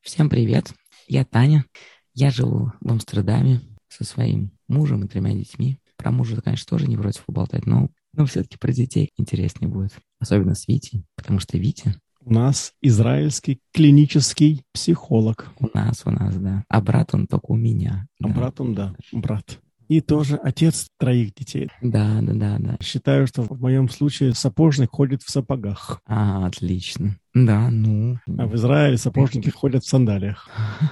Всем привет, я Таня. Я живу в Амстердаме со своим мужем и 3 детьми. Про мужа, конечно, тоже не против поболтать, но все-таки про детей интереснее будет. Особенно с Витей, потому что Витя У нас израильский клинический психолог. у нас, да. А брат он только у меня. А Да. брат он, да, брат. И тоже отец 3 детей. Да. Считаю, что в моем случае сапожник ходит в сапогах. Отлично. Да, А в Израиле сапожники ходят в сандалиях.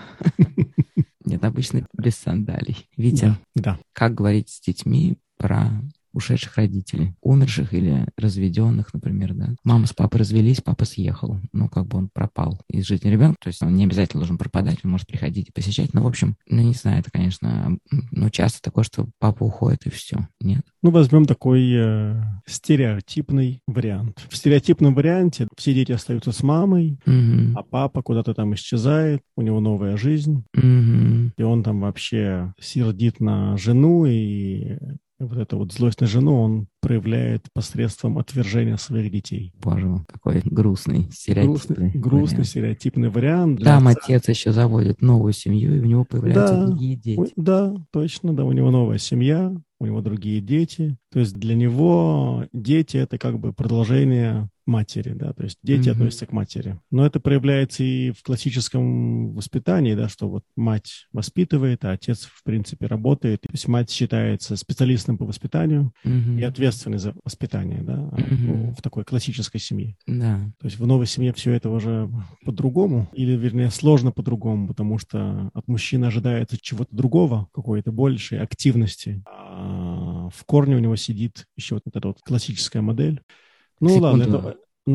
Нет, обычно без сандалий. Витя, Да. как говорить с детьми про ушедших родителей, умерших или разведенных, например, да. Мама с папой развелись, папа съехал, он пропал из жизни ребенка, то есть он не обязательно должен пропадать, он может приходить и посещать, но, в общем, не знаю, это, конечно, часто такое, что папа уходит и все, нет? Возьмем такой стереотипный вариант. В стереотипном варианте все дети остаются с мамой, а папа куда-то там исчезает, у него новая жизнь, и он там вообще сердит на жену, и вот эту вот злость на жену он проявляет посредством отвержения своих детей. Боже, какой грустный, стереотипный грустный стереотипный вариант. Там отец еще заводит новую семью, и у него появляются другие дети. Да, точно, да, у него новая семья, у него другие дети. То есть для него дети — это как бы продолжение матери, да, то есть дети относятся к матери. Но это проявляется и в классическом воспитании, да, что вот мать воспитывает, а отец, в принципе, работает. То есть мать считается специалистом по воспитанию и ответственной за воспитание, да, в такой классической семье. Да. То есть в новой семье все это уже по-другому, или, вернее, сложно по-другому, потому что от мужчины ожидается чего-то другого, какой-то большей активности, а в корне у него сидит еще вот эта вот классическая модель. Секунду.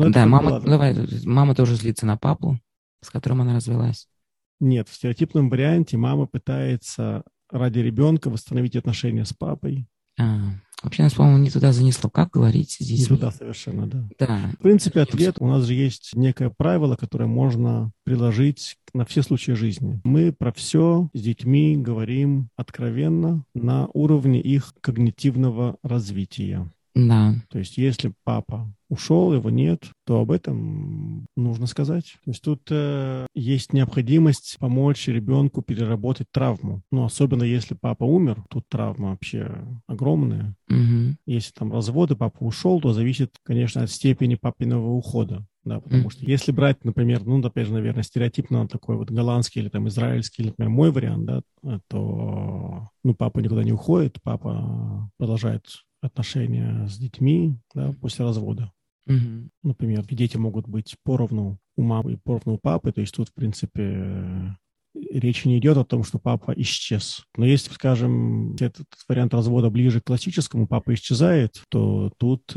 Ладно. Мама тоже злится на папу, с которым она развелась. Нет, в стереотипном варианте мама пытается ради ребенка восстановить отношения с папой. Вообще нас, по-моему, не туда занесло. Как говорить здесь? Не туда совершенно, да. Да. В принципе, ответ у нас же есть некое правило, которое можно приложить на все случаи жизни. Мы про все с детьми говорим откровенно на уровне их когнитивного развития. Да. То есть если папа ушел, его нет, то об этом нужно сказать. То есть тут есть необходимость помочь ребенку переработать травму. Особенно если папа умер, тут травма вообще огромная. Если там развод и папа ушел, то зависит, конечно, от степени папиного ухода. Да, потому что если брать, например, опять же, наверное, стереотипно такой вот голландский или там израильский, или, например, мой вариант, да, то папа никуда не уходит, папа продолжает отношения с детьми, да, после развода. Например, дети могут быть поровну у мамы и поровну у папы, то есть тут, в принципе, речи не идет о том, что папа исчез. Но если, скажем, этот вариант развода ближе к классическому, папа исчезает, то тут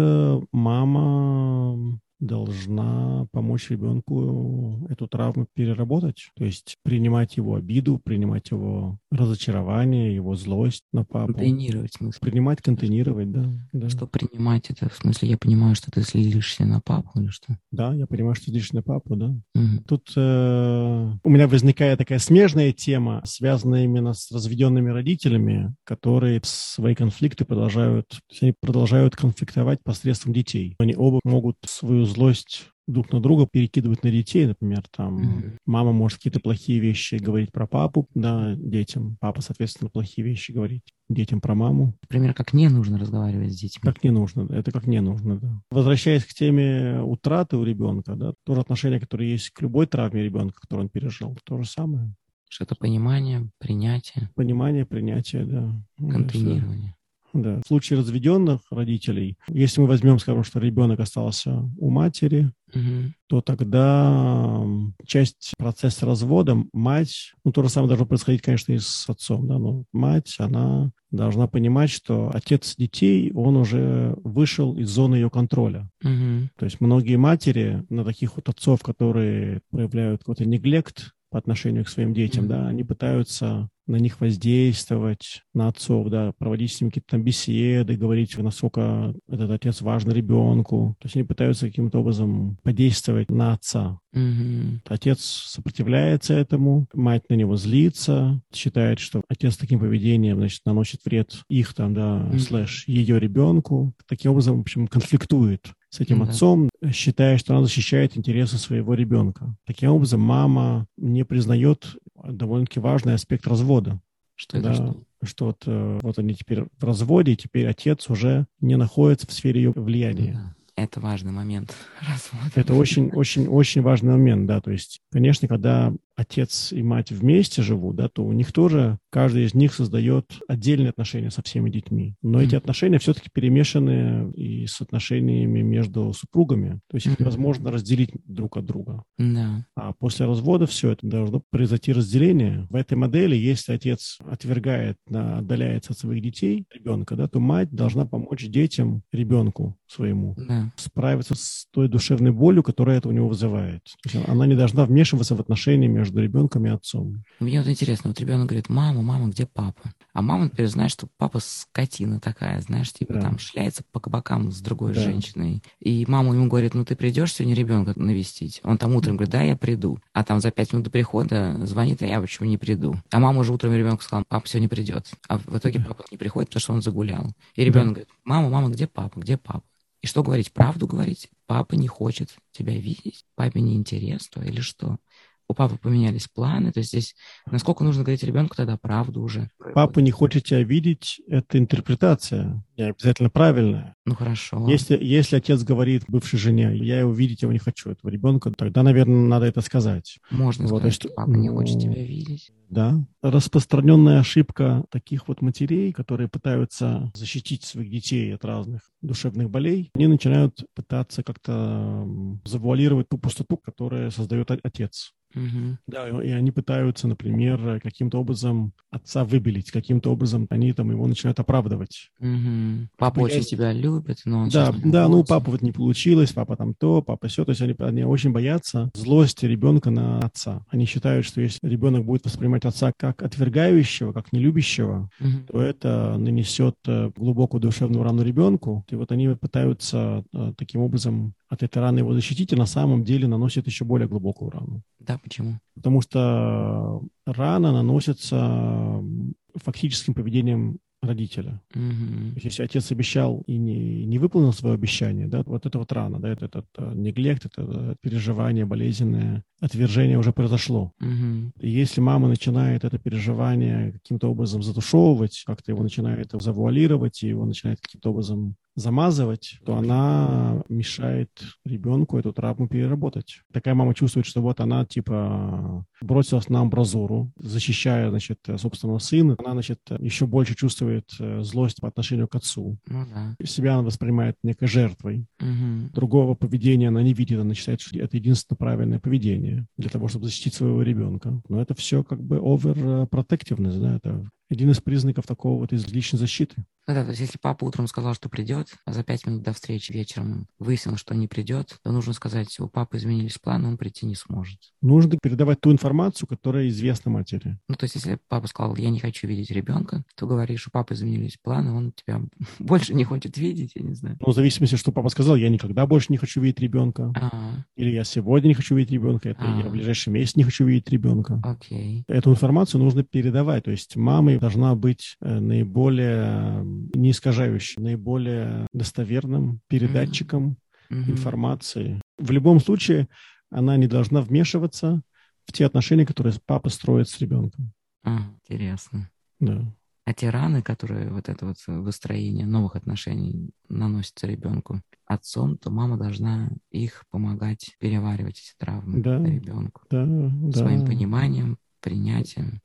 мама должна помочь ребенку эту травму переработать, то есть принимать его обиду, принимать его разочарование, его злость на папу. Контейнировать, в смысле. Принимать, контейнировать, да. Что принимать это? В смысле, я понимаю, что ты злишься на папу или что? Да, я понимаю, что злишься на папу, да. Тут у меня возникает такая смежная тема, связанная именно с разведенными родителями, которые свои конфликты продолжают конфликтовать посредством детей. Они оба могут свою злость друг на друга перекидывать на детей, например, там мама может какие-то плохие вещи говорить про папу, да, детям, папа, соответственно, плохие вещи говорить детям про маму. Например, как не нужно разговаривать с детьми. Как не нужно, это как не нужно, да. Возвращаясь к теме утраты у ребенка, да, тоже отношение, которое есть к любой травме ребенка, которую он пережил, то же самое. Что-то понимание, принятие. Понимание, принятие, да. Контейнирование. Да. В случае разведенных родителей, если мы возьмем, скажем, что ребенок остался у матери, то тогда часть процесса развода мать, то же самое должно происходить, конечно, и с отцом, да, но мать, она должна понимать, что отец детей, он уже вышел из зоны ее контроля. То есть многие матери на таких вот отцов, которые проявляют какой-то неглект по отношению к своим детям, да, они пытаются на них воздействовать, на отцов, да, проводить с ними какие-то там беседы, говорить, насколько этот отец важен ребенку. То есть они пытаются каким-то образом подействовать на отца. Отец сопротивляется этому, мать на него злится, считает, что отец таким поведением, значит, наносит вред их там, да, слэш ее ребенку. Таким образом, в общем, конфликтует с этим отцом, считая, что она защищает интересы своего ребенка. Таким образом, мама не признает довольно-таки важный аспект развода. Что это что? Что вот они теперь в разводе, и теперь отец уже не находится в сфере ее влияния. Да. Это важный момент развода. Это очень важный момент, да. То есть, конечно, когда отец и мать вместе живут, да, то у них тоже, каждый из них создает отдельные отношения со всеми детьми. Но эти отношения все-таки перемешаны и с отношениями между супругами. То есть их невозможно разделить друг от друга. Да. А после развода все это должно произойти разделение. В этой модели, если отец отвергает, отдаляется от своих детей, ребенка, да, то мать должна помочь детям, ребенку своему, справиться с той душевной болью, которая это у него вызывает. То есть она не должна вмешиваться в отношения между ребенком и отцом. Мне вот интересно, вот ребенок говорит: мама, где папа? А мама, например, знает, что папа скотина такая, знаешь, типа там шляется по кабакам с другой женщиной. И мама ему говорит: ну ты придешь сегодня ребенка навестить? Он там утром говорит: да, я приду. А там за 5 минут до прихода звонит: а я почему не приду? А мама уже утром ребенку сказала: папа сегодня придет. А в итоге папа не приходит, потому что он загулял. И ребенок говорит: мама, где папа? Где папа? И что говорить? Правду говорить? Папа не хочет тебя видеть? Папе не интересно или что? У папы поменялись планы, то есть здесь насколько нужно говорить ребенку тогда правду уже? Папа не хочет тебя видеть, это интерпретация, не обязательно правильная. Ну хорошо. Если отец говорит бывшей жене: я его видеть его не хочу, этого ребенка, тогда, наверное, надо это сказать. Можно сказать, что папа не хочет тебя видеть. Да. Распространенная ошибка таких вот матерей, которые пытаются защитить своих детей от разных душевных болей, они начинают пытаться как-то завуалировать ту пустоту, которую создает отец. Да, и они пытаются, например, каким-то образом отца выбелить, каким-то образом они там его начинают оправдывать. Папа очень тебя любит, но он папа вот не получилось, папа там то, папа сё. То есть они очень боятся злости ребенка на отца. Они считают, что если ребенок будет воспринимать отца как отвергающего, как нелюбящего, то это нанесет глубокую душевную рану ребенку. И вот они пытаются таким образом от этой раны его защитить, и на самом деле наносят еще более глубокую рану. Да, почему? Потому что рана наносится фактическим поведением родителя. То есть, если отец обещал и не выполнил свое обещание, да, вот это вот рана, да, это неглект, это переживание болезненное, отвержение уже произошло. И если мама начинает это переживание каким-то образом затушевывать, как-то его начинает завуалировать, и его начинает каким-то образом замазывать, то она мешает ребенку эту травму переработать. Такая мама чувствует, что вот она типа бросилась на амбразуру, защищая, значит, собственного сына. Она, значит, еще больше чувствует злость по отношению к отцу. Себя она воспринимает некой жертвой. Другого поведения она не видит, она считает, что это единственное правильное поведение для того, чтобы защитить своего ребенка. Но это все как бы overprotectiveness, да, это один из признаков такого вот излишней защиты. Да, то есть если папа утром сказал, что придет, а за 5 минут до встречи вечером выяснилось, что не придет, то нужно сказать: у папы изменились планы, он прийти не сможет. Нужно передавать ту информацию, которая известна матери. Ну, то есть если папа сказал: я не хочу видеть ребенка, то говоришь: у папы изменились планы, он тебя больше не хочет видеть, я не знаю. Ну, в зависимости, что папа сказал: я никогда больше не хочу видеть ребенка. Или я сегодня не хочу видеть ребенка, это я в ближайший месяц не хочу видеть ребенка. Эту информацию нужно передавать. То есть мама должна быть наиболее не искажающим, наиболее достоверным передатчиком информации. В любом случае, она не должна вмешиваться в те отношения, которые папа строит с ребенком. Интересно. Да. А те раны, которые вот это вот выстроение новых отношений наносится ребенку отцом, то мама должна их помогать переваривать, эти травмы ребенку. Своим пониманием, принятием.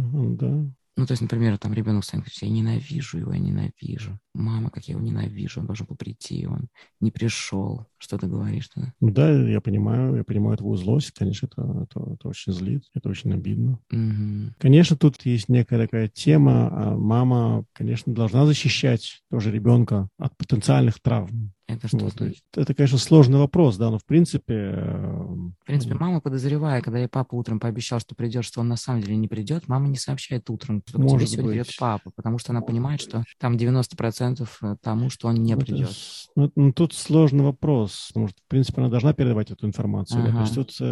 Да. Ну, то есть, например, там ребенок сам говорит: я ненавижу его, я ненавижу. Мама, как я его ненавижу, он должен был прийти, он не пришел. Что ты говоришь тогда? Да, я понимаю твою злость. Конечно, это очень злит, это очень обидно. Конечно, тут есть некая такая тема. Мама, конечно, должна защищать тоже ребенка от потенциальных травм. Это что значит? Это, конечно, сложный вопрос, да, но в принципе принципе, мама, подозревая, когда ей папа утром пообещал, что придет, что он на самом деле не придет, мама не сообщает утром, что к тебе Может сегодня быть. придет папа, потому что она Может понимает, что быть. там 90% тому, что он не придет. Тут сложный вопрос, потому что, в принципе, она должна передавать эту информацию. Да? То есть Ага, тут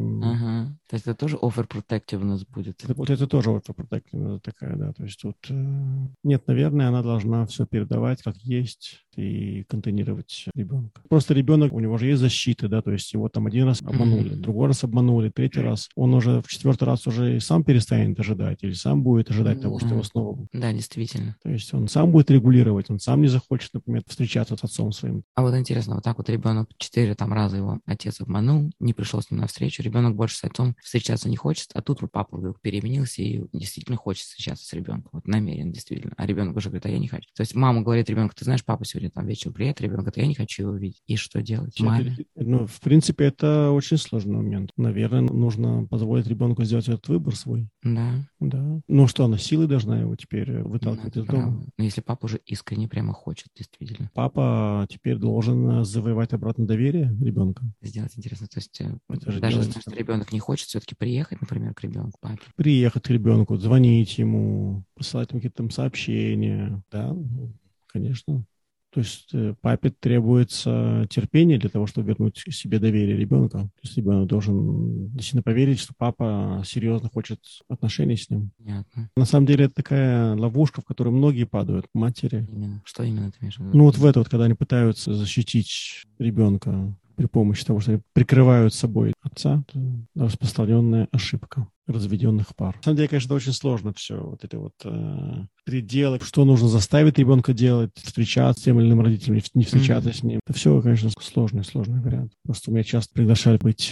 ага. То есть это тоже overprotectiveness будет. вот это тоже overprotective такая, да. То есть тут нет, наверное, она должна все передавать как есть и контейнировать ребенка. Просто ребенок, у него же есть защита, да, то есть его там один раз обманули, другой раз обманули, третий раз. Он уже в четвертый раз уже и сам перестанет ожидать, или сам будет ожидать того, что его снова... Да, действительно. То есть он сам будет регулировать, он сам не захочет, например, встречаться с отцом своим. А вот интересно, вот так вот ребенок 4 раза его отец обманул, не пришел с ним навстречу, ребенок больше с отцом встречаться не хочет, а тут вот папа вдруг переменился и действительно хочет встречаться с ребенком, вот намерен действительно, а ребенок уже говорит, а я не хочу. То есть мама говорит ребенку, ты знаешь, папа сегодня там вечером приедет, ребенок говорит, я не хочу его видеть. И что делать? Маме? Ну, в принципе, это очень сложный момент. Наверное, нужно позволить ребенку сделать этот выбор свой. Да. Да. Ну что, она силой должна его теперь выталкивать из дома? Но если папа уже искренне прямо хочет, действительно. Папа теперь должен завоевать обратно доверие ребенка. Сделать интересно. То есть Это даже если ребенок не хочет все-таки приехать, например, к ребенку, папе. Приехать к ребенку, звонить ему, посылать ему какие-то там сообщения. Да, конечно. То есть папе требуется терпение для того, чтобы вернуть себе доверие ребенка. То есть ребенок должен действительно поверить, что папа серьезно хочет отношений с ним. Понятно. На самом деле это такая ловушка, в которую многие падают, матери. Именно. Что именно ты имеешь в виду? Ну вот в это вот, когда они пытаются защитить ребенка при помощи того, что они прикрывают собой отца, это распространенная ошибка разведенных пар. На самом деле, конечно, очень сложно все. Вот эти вот пределы, что нужно заставить ребенка делать, встречаться с тем или иным родителем, не встречаться с ним. Это все, конечно, сложный вариант. Просто меня часто приглашали быть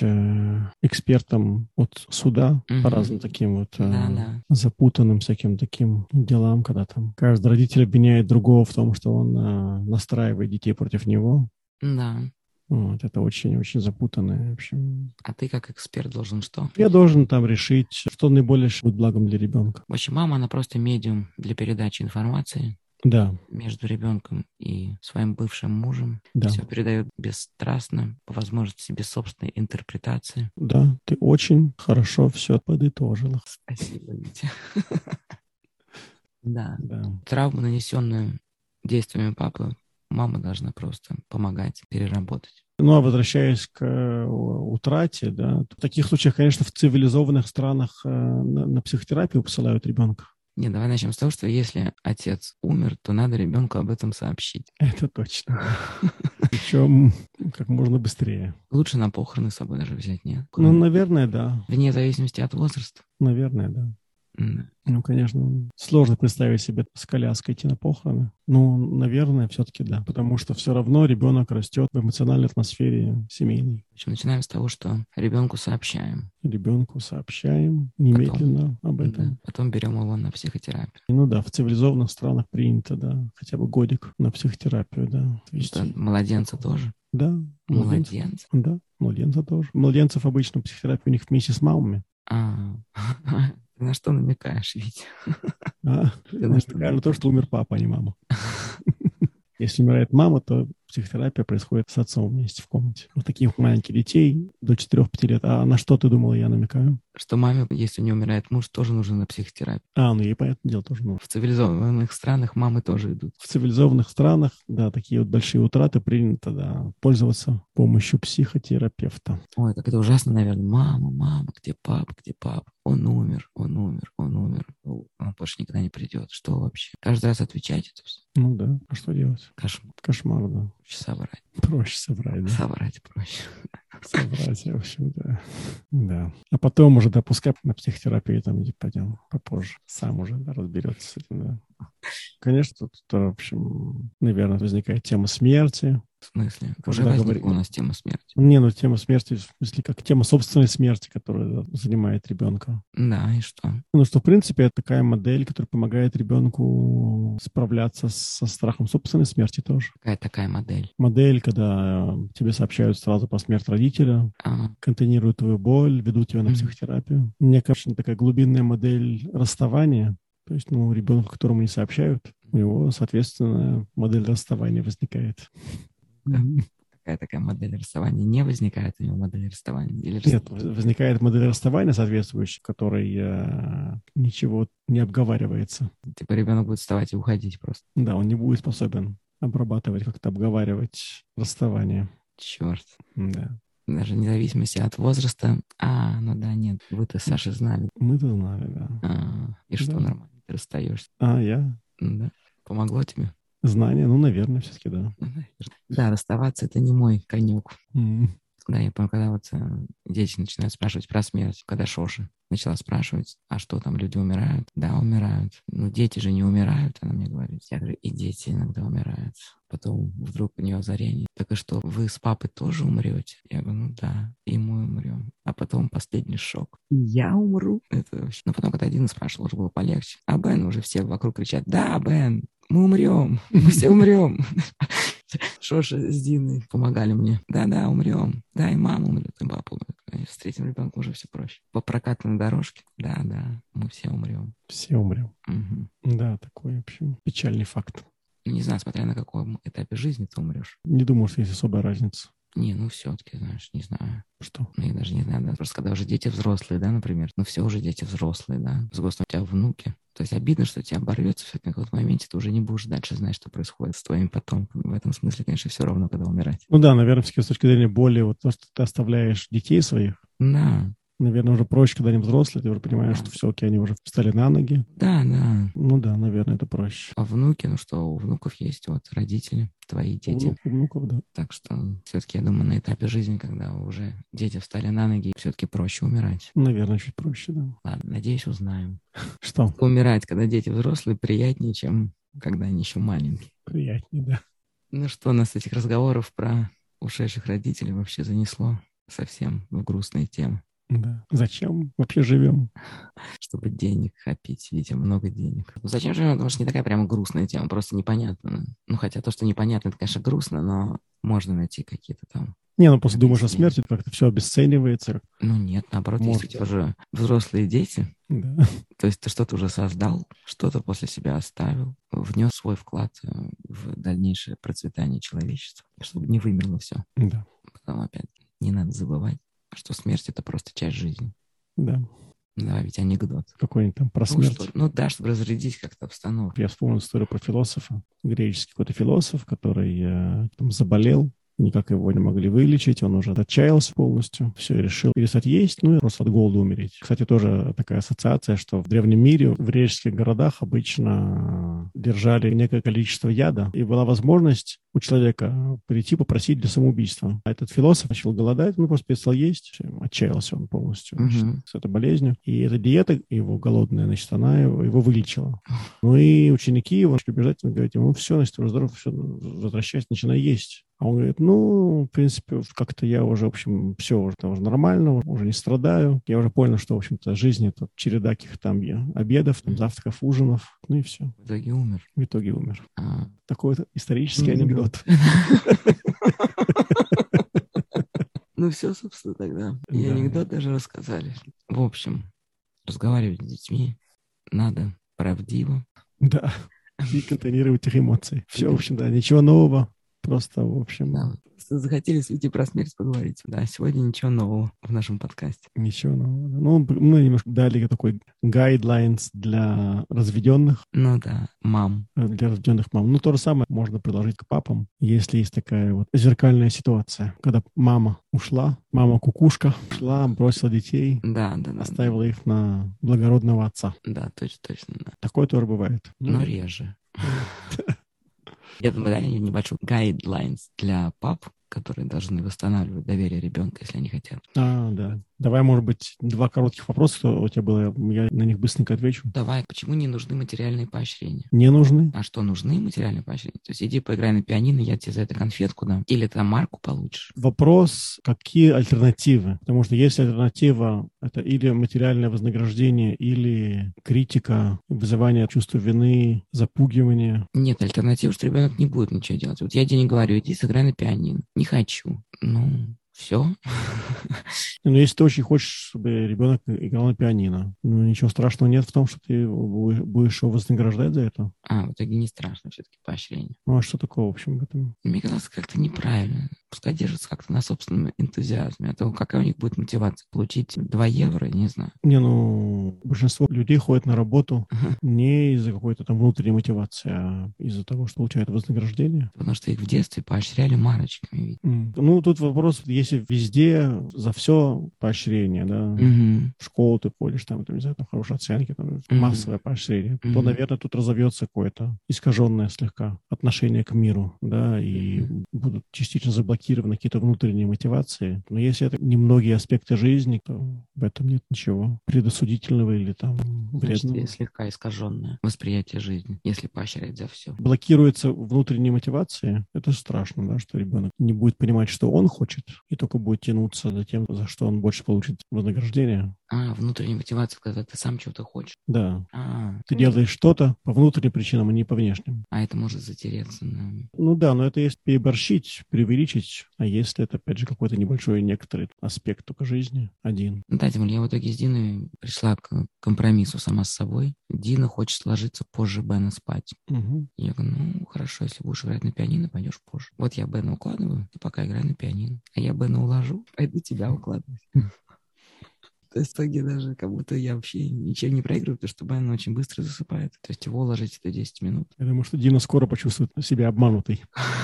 экспертом от суда по разным таким вот запутанным всяким таким делам, когда там каждый родитель обвиняет другого в том, что он настраивает детей против него. Да. Вот, это очень-очень запутанное, в общем. А ты как эксперт должен что? Я должен там решить, что наиболее будет благом для ребенка. В общем, мама, она просто медиум для передачи информации. Да. Между ребенком и своим бывшим мужем. Да. Все передает бесстрастно, по возможности без собственной интерпретации. Да, ты очень хорошо все подытожила. Спасибо, Витя. Да. Травму, нанесенную действиями папы, мама должна просто помогать переработать. Ну, а возвращаясь к утрате, да, в таких случаях, конечно, в цивилизованных странах на психотерапию посылают ребенка. Не, давай начнем с того, что если отец умер, то надо ребенку об этом сообщить. Это точно. Причем как можно быстрее. Лучше на похороны с собой даже взять, нет? Ну, наверное, да. Вне зависимости от возраста. Наверное, да. Ну, конечно, сложно представить себе с коляской идти на похороны. Ну, наверное, все-таки да. Потому что все равно ребенок растет в эмоциональной атмосфере семейной. Начинаем с того, что ребенку сообщаем. Ребенку сообщаем немедленно об этом. Да, потом берем его на психотерапию. Ну да, в цивилизованных странах принято, да, хотя бы годик на психотерапию, да. Это младенца тоже? Да. Младенца? Да, младенца тоже. Младенцев обычно психотерапию у них вместе с мамами. Ты на что намекаешь, Витя? Я намекаю на то, что умер папа, а не мама. Если умирает мама, то психотерапия происходит с отцом вместе в комнате. У таких маленьких детей до 4-5 лет. А на что ты думала, я намекаю? Что маме, если у нее умирает муж, тоже нужно на психотерапию. Ну ей, понятное дело, тоже нужно. В цивилизованных странах мамы тоже идут. В цивилизованных странах, да, такие вот большие утраты принято, да, пользоваться помощью психотерапевта. Ой, как это ужасно, наверное. Мама, где папа, где папа? Он умер. Он больше никогда не придет. Что вообще? Каждый раз отвечать это все. Ну да, а что делать? Кошмар, да. Проще соврать, да. Соврать проще. Соврать, в общем, да. Да. А потом уже, да, пускай на психотерапию там пойдем попозже. Сам уже разберется с этим, да. Конечно, тут, в общем, наверное, возникает тема смерти. В смысле? Уже возникла у нас тема смерти. Тема смерти, в смысле, как тема собственной смерти, которая занимает ребенка. Да, и что? Что, в принципе, это такая модель, которая помогает ребенку справляться со страхом собственной смерти тоже. Какая такая модель? Модель, когда тебе сообщают сразу про смерть родителя, контейнируют твою боль, ведут тебя на психотерапию. Мне кажется, такая глубинная модель расставания. То есть, ребенку, которому не сообщают, у него, соответственно, модель расставания возникает. какая такая модель расставания? Не возникает у него модель расставания? Или Нет, возникает модель расставания соответствующая, в которой ничего не обговаривается. типа ребенок будет вставать и уходить просто? Да, он не будет способен обрабатывать, как-то обговаривать расставание. Черт. Да. Даже вне зависимости от возраста. Ну да, нет, вы-то, Саша, знали. Мы-то знали, да. И что, Да. нормально, ты расстаешься? Я? Да. Помогло тебе? Знание, наверное, все-таки, да. Да, расставаться — это не мой конек. М. Да, я помню, когда вот дети начинают спрашивать про смерть, когда Шоша начала спрашивать, а что там, люди умирают? Да, умирают. Ну, дети же не умирают, она мне говорит. Я говорю, и дети иногда умирают. Потом вдруг у нее озарение. Так и что, вы с папой тоже умрете? Я говорю, ну да, и мы умрем. А потом последний шок. Я умру? Это вообще... Ну, потом, когда один спрашивал, уже было полегче. А Бен уже все вокруг кричат, да, Бен, мы умрем, мы все умрем. Шоша с Диной помогали мне. Да, умрем. Да, и мама умрет, и папа умрет. С третьим ребенком уже все проще. По прокатной дорожке. Да, мы все умрем. Все умрем. Угу. Да, такой, в общем, печальный факт. Не знаю, смотря на каком этапе жизни ты умрешь. Не думаю, что есть особая разница. Не, ну все-таки, знаешь, не знаю. Что? Ну, я даже не знаю, да. Просто когда уже дети взрослые, да, например. Ну, все уже дети взрослые, да. С гостем у тебя внуки. То есть обидно, что тебя оборвется все-таки на каком-то моменте, ты уже не будешь дальше знать, что происходит с твоими потомками. В этом смысле, конечно, все равно, когда умирать. Ну да, наверное, все-таки с точки зрения боли, вот то, что ты оставляешь детей своих, Да. наверное, уже проще, когда они взрослые, ты уже понимаешь, что все, окей, они уже встали на ноги. Да. Ну да, наверное, это проще. А внуки, ну что, у внуков есть вот родители, твои дети. У внуков, да. Так что все-таки, я думаю, на этапе жизни, когда уже дети встали на ноги, все-таки проще умирать. Наверное, чуть проще, да. Ладно, надеюсь, узнаем. Что? Умирать, когда дети взрослые, приятнее, чем когда они еще маленькие. Приятнее, да. Ну что, нас этих разговоров про ушедших родителей вообще занесло совсем в грустные темы. Да. Зачем вообще живем? Чтобы денег копить, видите, много денег. Ну, зачем живем? Потому что не такая прямо грустная тема, просто непонятно. Ну, хотя то, что непонятно, это, конечно, грустно, но можно найти какие-то там... Не, ну просто думаешь о смерти, как-то все обесценивается. Ну нет, наоборот, Может. если у тебя уже взрослые дети, Да. то есть ты что-то уже создал, что-то после себя оставил, внес свой вклад в дальнейшее процветание человечества, чтобы не вымерло все. Да. Потом опять не надо забывать, что смерть — это просто часть жизни. Да. Да, ведь анекдот. Какой-нибудь там про смерть. Да, чтобы разрядить как-то обстановку. Я вспомнил историю про философа. Греческий какой-то философ, который там заболел, никак его не могли вылечить, он уже отчаялся полностью, все, решил перестать есть, ну и просто от голода умереть. Кстати, тоже такая ассоциация, что в древнем мире, в греческих городах обычно держали некое количество яда, и была возможность у человека прийти попросить для самоубийства. А этот философ начал голодать, ну просто перестал есть, все, отчаялся он полностью с этой болезнью. И эта диета его голодная, значит, она его вылечила. Ну и ученики его начали убеждать, говорить ему, все, значит, уже здоров, все, возвращайся, начинай есть. А он говорит, ну, в принципе, как-то я уже, в общем, все, уже нормально, уже не страдаю. Я уже понял, что, в общем-то, жизнь — это череда каких-то там обедов, там, завтраков, ужинов, ну и все. В итоге умер. В итоге умер. Такой вот исторический анекдот. Ну все, собственно, тогда. И анекдот даже рассказали. В общем, разговаривать с детьми надо правдиво. Да, и контейнировать их эмоции. Все, в общем, да, ничего нового. Просто, в общем... Да, захотели с Витей про смерть поговорить. Да, сегодня ничего нового в нашем подкасте. Ничего нового. Ну, мы немножко дали такой guidelines для разведенных. Ну да, мам. Для разведенных мам. Ну, то же самое можно предложить к папам, если есть такая вот зеркальная ситуация, когда мама ушла, мама-кукушка ушла, бросила детей, да. оставила их на благородного отца. Да, точно. Да. Такое тоже бывает. Но реже. Я думаю, да, небольшой guidelines для пап, которые должны восстанавливать доверие ребенка, если они хотят. Да. Давай, может быть, 2 коротких вопроса, что у тебя было, я на них быстренько отвечу. Давай, почему не нужны материальные поощрения? Не нужны. А что, нужны материальные поощрения? То есть иди поиграй на пианино, я тебе за это конфетку дам. Или ты там марку получишь. Вопрос, какие альтернативы? Потому что если альтернатива — это или материальное вознаграждение, или критика, вызывание чувства вины, запугивание. Нет, альтернатива, что ребенок не будет ничего делать. Вот я тебе не говорю, иди сыграй на пианино. Не хочу. Ну, все. Но если ты очень хочешь, чтобы ребенок играл на пианино, ну, ничего страшного нет в том, что ты будешь его вознаграждать за это. В итоге не страшно все-таки поощрение. Ну, а что такого, в общем, в этом? Мне казалось, как-то неправильно. пускай держатся как-то на собственном энтузиазме. А то какая у них будет мотивация? Получить 2 евро, не знаю. Большинство людей ходят на работу не из-за какой-то там внутренней мотивации, а из-за того, что получают вознаграждение. Потому что их в детстве поощряли марочками. Тут вопрос, если везде за все поощрение, да, в школу ты ходишь, там, не знаю, там хорошие оценки, там, массовое поощрение, то, наверное, тут разовьется какое-то искаженное слегка отношение к миру, да, и будут частично заблокированы какие-то внутренние мотивации. Но если это немногие аспекты жизни, то в этом нет ничего предосудительного или там вредного. Значит, слегка искаженное восприятие жизни, если поощрять за все. Блокируются внутренние мотивации, это страшно, да, что ребенок не будет понимать, что он хочет, и только будет тянуться за тем, за что он больше получит вознаграждение. Внутренняя мотивация, когда ты сам чего-то хочешь. Да. Ты делаешь что-то по внутренним причинам, а не по внешним. Это может затереться. Да, но это есть переборщить, преувеличить. А если это, опять же, какой-то небольшой некоторый аспект только жизни, один. Да, тем более я в итоге с Диной пришла к компромиссу сама с собой. Дина хочет ложиться позже Бена спать. Я говорю, хорошо, если будешь играть на пианино, пойдешь позже. Вот я Бена укладываю, ты пока играй на пианино. А я Бена уложу, пойду тебя укладывать. То есть в итоге даже как будто я вообще ничем не проигрываю, потому что Бен очень быстро засыпает. То есть его уложить это 10 минут. Я думаю, что Дина скоро почувствует себя обманутой.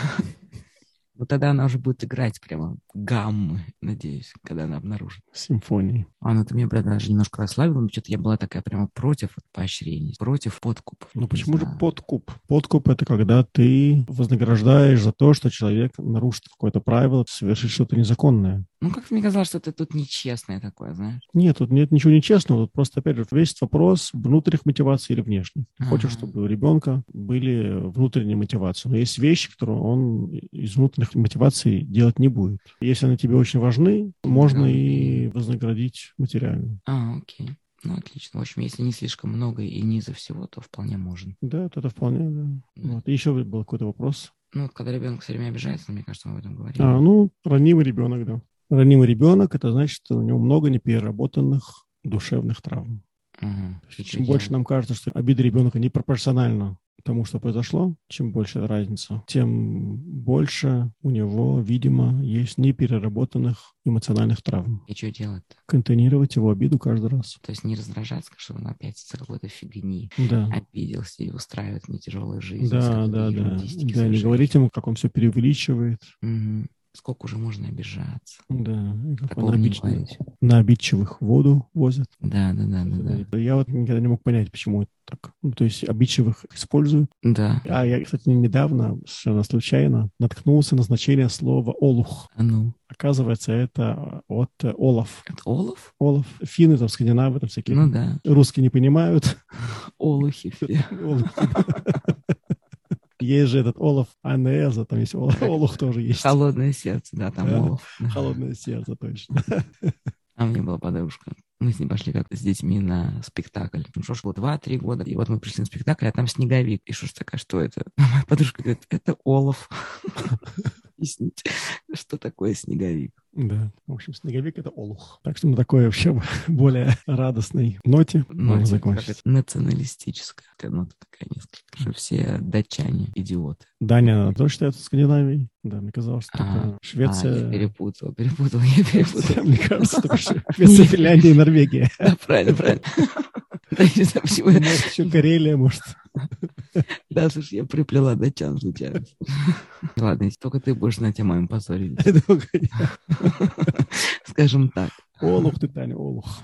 Вот тогда она уже будет играть прямо гаммы, надеюсь, когда она обнаружит. Симфонии. Это меня, правда, даже немножко расслабило, но что-то я была такая прямо против поощрений, против подкупов. Почему же подкуп? Подкуп — это когда ты вознаграждаешь за то, что человек нарушит какое-то правило, совершит что-то незаконное. Как-то мне казалось, что это тут нечестное такое, знаешь? Нет, тут нет ничего нечестного. Тут просто, опять же, весь вопрос внутренних мотиваций или внешних. Ты хочешь, чтобы у ребенка были внутренние мотивации. Но есть вещи, которые он из внутренних мотиваций делать не будет. Если они тебе очень важны, можно и вознаградить материально. Окей. Отлично. В общем, если не слишком много и не из-за всего, то вполне можно. Да, это вполне, да. И еще был какой-то вопрос. Когда ребенок все время обижается, мне кажется, мы об этом говорим. Ранимый ребенок, да. Ранимый ребенок — это значит, что у него много непереработанных душевных травм. Чем больше нам кажется, что обида ребенка непропорциональна тому, что произошло, чем больше разница, тем больше у него, видимо, есть непереработанных эмоциональных травм. И что делать-то? Контейнировать его обиду каждый раз. То есть не раздражаться, что он опять из-за какой-то фигни обиделся и устраивает мне тяжелую жизнь. Да, не говорить ему, как он все преувеличивает. Сколько уже можно обижаться? Да, как он на обидчивых воду возят. Да. Я никогда не мог понять, почему это так. То есть обидчивых используют. Да. Я, кстати, недавно, совершенно случайно, наткнулся на значение слова «олух». Оказывается, это от Олаф. Это Олаф? Олаф. Финны, там, скандинавы, там всякие. Да. Русские не понимают. Олухи все. Есть же этот Олаф Анеза, там есть Олух тоже есть. Холодное сердце, да, там Олаф. Холодное сердце, точно. У меня была подружка. Мы с ней пошли как-то с детьми на спектакль. Что ж, было 2-3 года. И вот мы пришли на спектакль, а там снеговик. И что ж такая, что это? Моя подружка говорит, это Олаф. Объясните, что такое снеговик? Да, в общем, снеговик — это олух. Так что на такой вообще более радостной ноте можно закончить. Националистическая нота такая несколько, что все датчане идиоты. Дания тоже считается Скандинавией? Да, мне казалось, что только Швеция... Я перепутал. Мне кажется, только Швеция, Финляндия и Норвегия. Да, правильно. Да, не знаю, почему. Может, еще Карелия, может. Да, слушай, я приплела датчан случайно. Ладно, если только ты будешь на тему моим позорить. Скажем так. Олух ты, Таня, олух.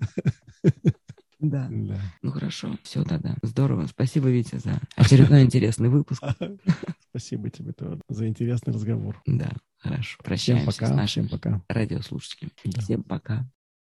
Да. Хорошо. Все тогда. Здорово. Спасибо, Витя, за очередной интересный выпуск. Спасибо тебе за интересный разговор. Да, хорошо. Прощаемся с нашими радиослушателями. Всем пока.